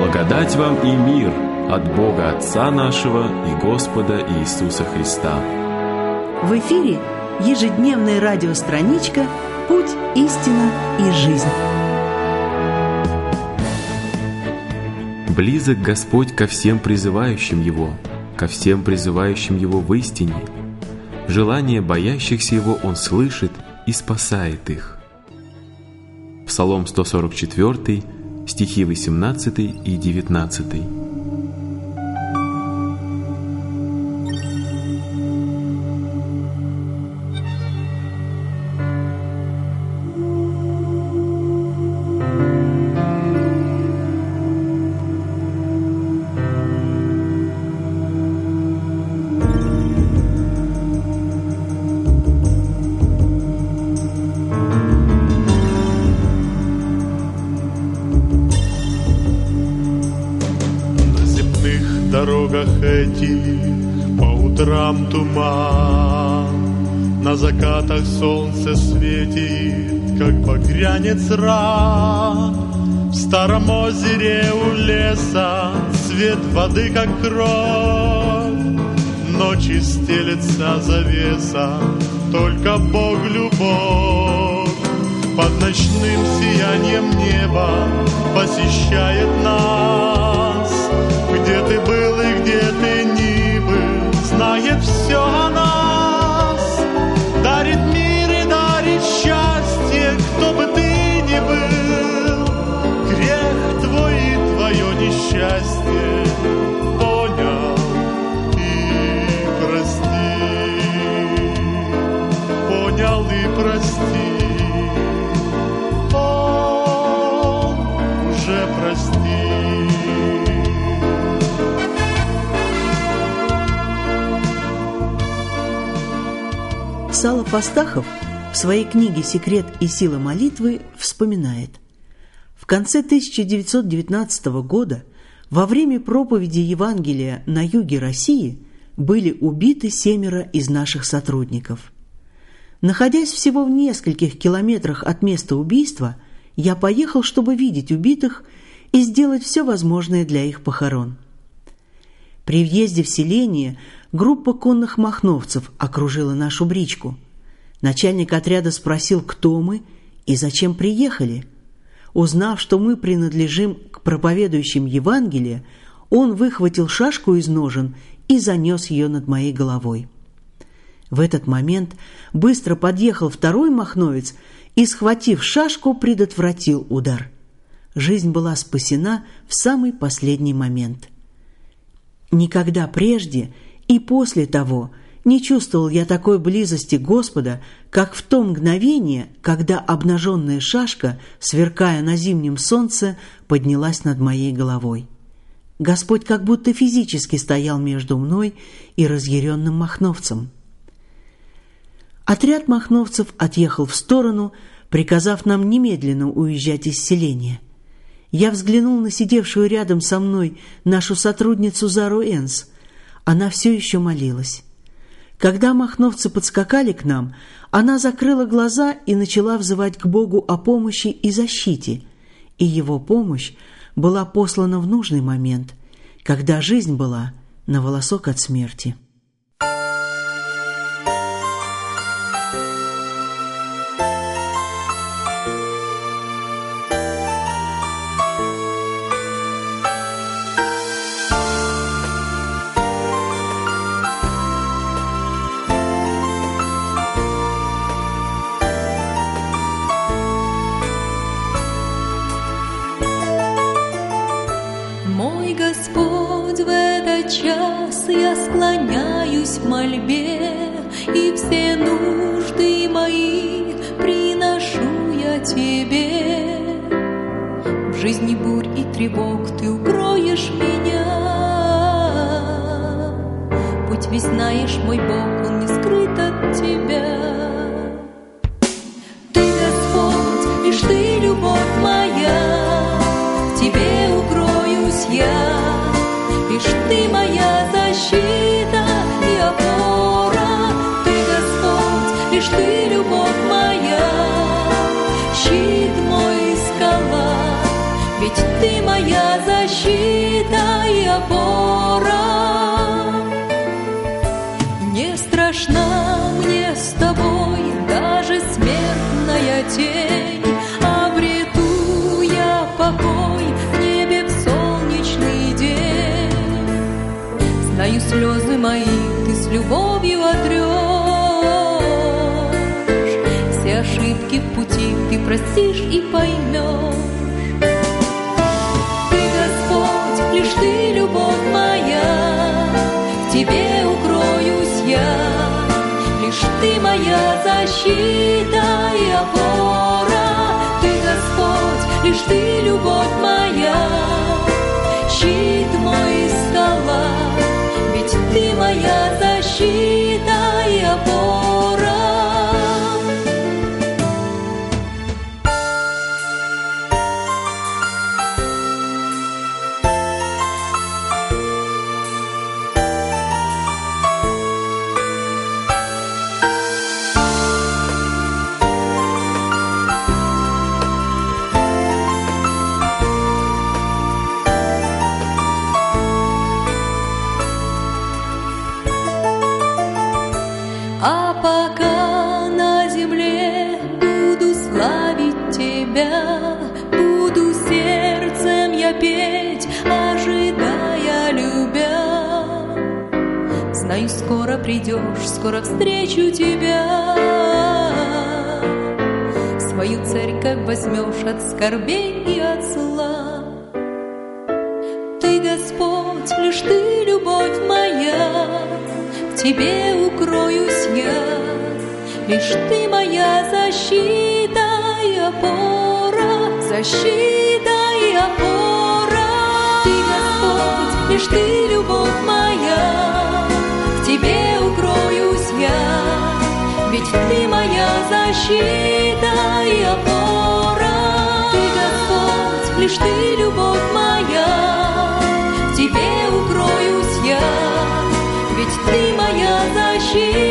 Благодать вам и мир от Бога Отца нашего и Господа Иисуса Христа. В эфире ежедневная радиостраничка «Путь, истина и жизнь». Близок Господь ко всем призывающим Его, ко всем призывающим Его в истине. Желания боящихся Его Он слышит и спасает их. Псалом 144, стихи 18 и 19. Дорогах этих по утрам туман, на закатах солнце светит, как багрянец ран. В старом озере у леса цвет воды, как кровь, ночи стелется завеса, только Бог любовь. Под ночным сиянием неба посещает нас. Где ты был и где ты ни был, знает все о нас. Дарит мир и дарит счастье, кто бы ты ни был. Грех твой и твое несчастье понял и простил. Понял и простил. Он уже простил. Сало Астахов в своей книге «Секрет и сила молитвы» вспоминает: в конце 1919 года во время проповеди Евангелия на юге России были убиты 7 из наших сотрудников. Находясь всего в нескольких километрах от места убийства, я поехал, чтобы видеть убитых и сделать все возможное для их похорон. При въезде в селение группа конных махновцев окружила нашу бричку. Начальник отряда спросил, кто мы и зачем приехали. Узнав, что мы принадлежим к проповедующим Евангелие, он выхватил шашку из ножен и занес ее над моей головой. В этот момент быстро подъехал второй махновец и, схватив шашку, предотвратил удар. Жизнь была спасена в самый последний момент. Никогда прежде и после того не чувствовал я такой близости Господа, как в то мгновение, когда обнаженная шашка, сверкая на зимнем солнце, поднялась над моей головой. Господь как будто физически стоял между мной и разъяренным махновцем. Отряд махновцев отъехал в сторону, приказав нам немедленно уезжать из селения. Я взглянул на сидевшую рядом со мной нашу сотрудницу Зару Энс. Она все еще молилась. Когда махновцы подскакали к нам, она закрыла глаза и начала взывать к Богу о помощи и защите, и Его помощь была послана в нужный момент, когда жизнь была на волосок от смерти. Господь, в этот час я склоняюсь в мольбе, и все нужды мои приношу я Тебе. В жизни бурь и тревог Ты укроешь меня. Путь весь знаешь, мой Бог, он не скрыт от Тебя. Ты, Господь, лишь Ты любовь моя, в Тебе укроюсь я. Лишь Ты моя защита и опора, Ты, Господь, лишь Ты любовь моя, щит мой, скала, ведь Ты моя защита. опора. Не страшна мне с тобой даже смертная тень, обрету я покой в небе в солнечный день. Знаю, слезы мои ты с любовью отрешь, все ошибки в пути ты простишь и поймешь. Ты, Господь, лишь ты, любовь моя, в тебе укроюсь я, лишь ты моя защита и опора. Ты, Господь, лишь ты, любовь моя, щит мой и скала, ведь ты моя защита и опора. А пока на земле буду славить тебя, буду сердцем я петь, ожидая, любя. Знаю, скоро придешь, скоро встречу тебя, свою церковь возьмешь от скорбей и от зла. Ты, Господь, лишь ты, любовь моя, в тебе укроюсь я, лишь ты моя защита и опора, защита и опора. Ты, Господь, лишь ты, любовь моя, в тебе укроюсь я, ведь ты моя защита и опора. Ты, Господь, лишь ты, любовь моя, в тебе укроюсь я, ведь ты моя защита.